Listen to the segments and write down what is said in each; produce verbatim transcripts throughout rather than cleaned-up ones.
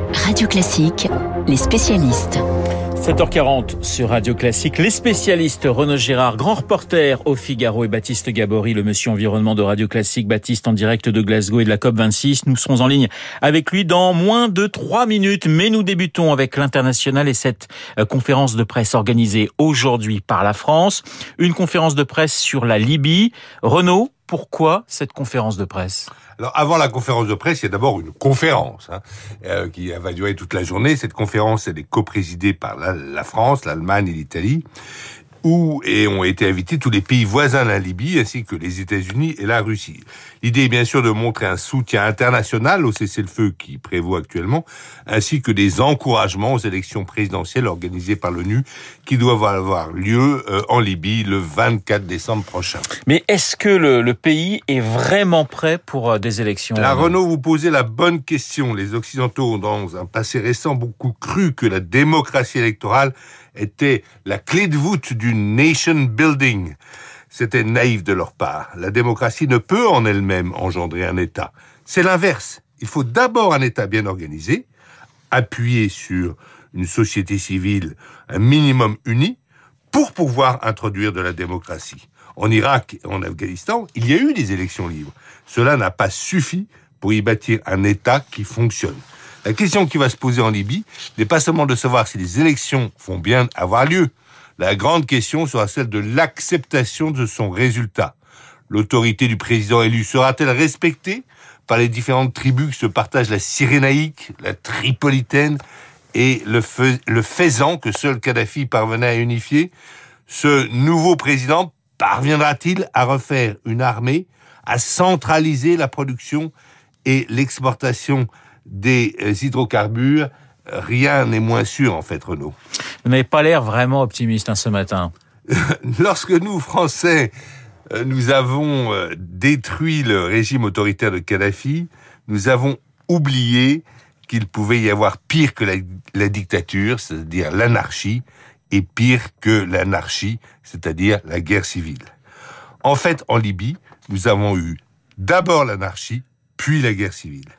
Radio Classique, les spécialistes. sept heures quarante sur Radio Classique. Les spécialistes, Renaud Girard, grand reporter au Figaro, et Baptiste Gabory, le monsieur environnement de Radio Classique. Baptiste, en direct de Glasgow et de la COP vingt-six. Nous serons en ligne avec lui dans moins de trois minutes. Mais nous débutons avec l'international et cette conférence de presse organisée aujourd'hui par la France. Une conférence de presse sur la Libye. Renaud, pourquoi cette conférence de presse ? Alors, avant la conférence de presse, il y a d'abord une conférence hein, euh, qui va durer toute la journée. Cette conférence, elle est coprésidée par la, la France, l'Allemagne et l'Italie, où et ont été invités tous les pays voisins de la Libye, ainsi que les États-Unis et la Russie. L'idée est bien sûr de montrer un soutien international au cessez-le-feu qui prévaut actuellement, ainsi que des encouragements aux élections présidentielles organisées par l'ONU, qui doivent avoir lieu euh, en Libye le vingt-quatre décembre prochain. Mais est-ce que le, le pays est vraiment prêt pour euh, des élections ? Là, Renaud, vous posez la bonne question. Les Occidentaux ont, dans un passé récent, beaucoup cru que la démocratie électorale était la clé de voûte du nation building. C'était naïf de leur part. La démocratie ne peut en elle-même engendrer un État. C'est l'inverse. Il faut d'abord un État bien organisé, appuyé sur une société civile un minimum unie, pour pouvoir introduire de la démocratie. En Irak et en Afghanistan, il y a eu des élections libres. Cela n'a pas suffi pour y bâtir un État qui fonctionne. La question qui va se poser en Libye n'est pas seulement de savoir si les élections vont bien avoir lieu. La grande question sera celle de l'acceptation de son résultat. L'autorité du président élu sera-t-elle respectée par les différentes tribus qui se partagent la Cyrénaïque, la Tripolitaine et le, fe- le Fezzan que seul Kadhafi parvenait à unifier? Ce nouveau président parviendra-t-il à refaire une armée, à centraliser la production et l'exportation des hydrocarbures? Rien n'est moins sûr, en fait, Renaud. Vous n'avez pas l'air vraiment optimiste hein, ce matin. Lorsque nous, Français, nous avons détruit le régime autoritaire de Kadhafi, nous avons oublié qu'il pouvait y avoir pire que la, la dictature, c'est-à-dire l'anarchie, et pire que l'anarchie, c'est-à-dire la guerre civile. En fait, en Libye, nous avons eu d'abord l'anarchie, puis la guerre civile.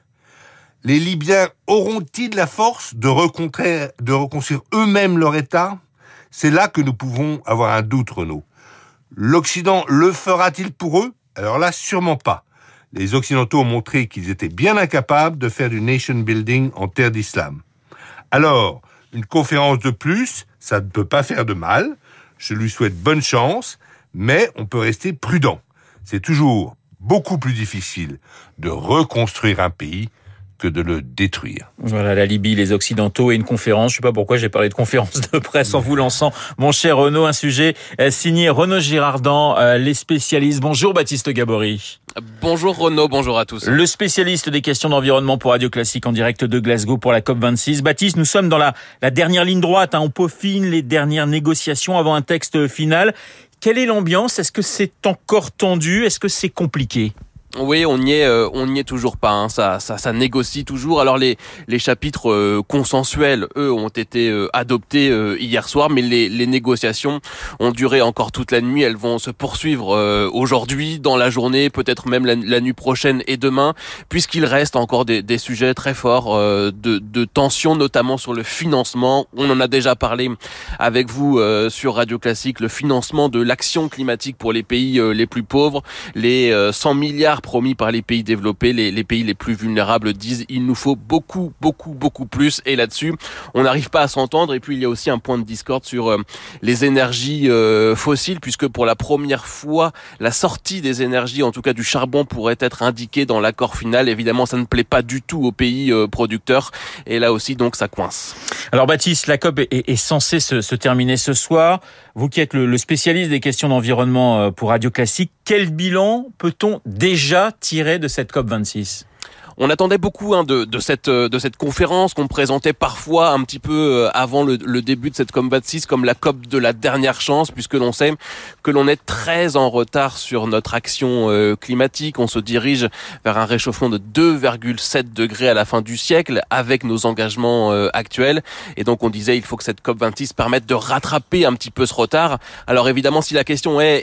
Les Libyens auront-ils la force de reconstruire, de reconstruire eux-mêmes leur État ? C'est là que nous pouvons avoir un doute, Renaud. L'Occident le fera-t-il pour eux ? Alors là, sûrement pas. Les Occidentaux ont montré qu'ils étaient bien incapables de faire du nation building en terre d'islam. Alors, une conférence de plus, ça ne peut pas faire de mal. Je lui souhaite bonne chance, mais on peut rester prudent. C'est toujours beaucoup plus difficile de reconstruire un pays que de le détruire. Voilà, la Libye, les Occidentaux et une conférence. Je ne sais pas pourquoi j'ai parlé de conférence de presse en vous lançant, mon cher Renaud, un sujet signé Renaud Girard dans Les Spécialistes. Bonjour Baptiste Gabory. Bonjour Renaud, bonjour à tous. Le spécialiste des questions d'environnement pour Radio Classique en direct de Glasgow pour la COP vingt-six. Baptiste, nous sommes dans la, la dernière ligne droite. Hein. On peaufine les dernières négociations avant un texte final. Quelle est l'ambiance ? Est-ce que c'est encore tendu ? Est-ce que c'est compliqué ? Oui, on n'y est, euh, on n'y est toujours pas. Hein. Ça, ça, ça négocie toujours. Alors les les chapitres euh, consensuels, eux, ont été euh, adoptés euh, hier soir, mais les les négociations ont duré encore toute la nuit. Elles vont se poursuivre euh, aujourd'hui, dans la journée, peut-être même la, la nuit prochaine et demain, puisqu'il reste encore des des sujets très forts euh, de de tension, notamment sur le financement. On en a déjà parlé avec vous euh, sur Radio Classique, le financement de l'action climatique pour les pays euh, les plus pauvres, les euh, cent milliards promis par les pays développés, les, les pays les plus vulnérables disent il nous faut beaucoup, beaucoup, beaucoup plus. Et là-dessus, on n'arrive pas à s'entendre. Et puis, il y a aussi un point de discorde sur euh, les énergies euh, fossiles, puisque pour la première fois, la sortie des énergies, en tout cas du charbon, pourrait être indiquée dans l'accord final. Évidemment, ça ne plaît pas du tout aux pays euh, producteurs. Et là aussi, donc, ça coince. Alors, Baptiste, la COP est, est, est censée se, se terminer ce soir. Vous qui êtes le, le spécialiste des questions d'environnement pour Radio Classique, quel bilan peut-on déjà tirer de cette COP vingt-six ? On attendait beaucoup hein, de, de cette de cette conférence qu'on présentait parfois un petit peu avant le, le début de cette COP vingt-six comme la COP de la dernière chance, puisque l'on sait que l'on est très en retard sur notre action euh, climatique. On se dirige vers un réchauffement de deux virgule sept degrés à la fin du siècle avec nos engagements euh, actuels. Et donc on disait il faut que cette COP vingt-six permette de rattraper un petit peu ce retard. Alors évidemment, si la question est est-ce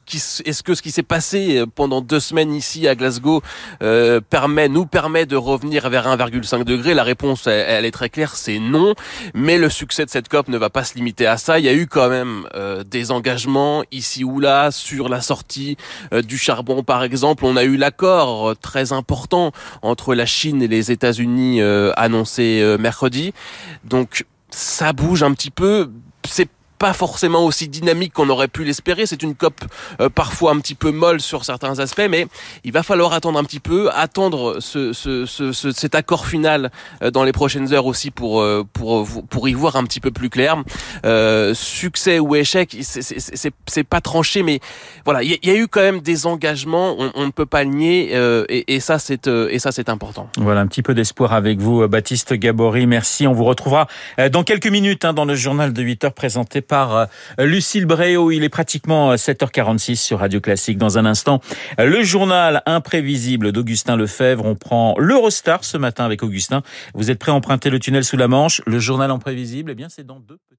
est-ce que ce qui s'est passé pendant deux semaines ici à Glasgow euh, permet, nous permet de revenir vers un virgule cinq degré? La réponse, elle, elle est très claire, c'est non. Mais le succès de cette COP ne va pas se limiter à ça. Il y a eu quand même euh, des engagements ici ou là sur la sortie euh, du charbon, par exemple. On a eu l'accord euh, très important entre la Chine et les États-Unis euh, annoncé euh, mercredi. Donc ça bouge un petit peu. C'est pas forcément aussi dynamique qu'on aurait pu l'espérer. C'est une COP euh, parfois un petit peu molle sur certains aspects, mais il va falloir attendre un petit peu, attendre ce, ce, ce, ce cet accord final euh, dans les prochaines heures aussi pour euh, pour pour y voir un petit peu plus clair. Euh, succès ou échec, c'est c'est c'est, c'est pas tranché, mais voilà, il y, y a eu quand même des engagements. On, on ne peut pas le nier, euh, et, et ça c'est euh, et ça c'est important. Voilà, un petit peu d'espoir avec vous, Baptiste Gabory. Merci. On vous retrouvera dans quelques minutes hein, dans le journal de huit heures présenté par par Lucille Bréau. Il est pratiquement sept heures quarante-six sur Radio Classique. Dans un instant, le journal imprévisible d'Augustin Lefebvre. On prend l'Eurostar ce matin avec Augustin. Vous êtes prêt à emprunter le tunnel sous la Manche? Le journal imprévisible, eh bien, c'est dans deux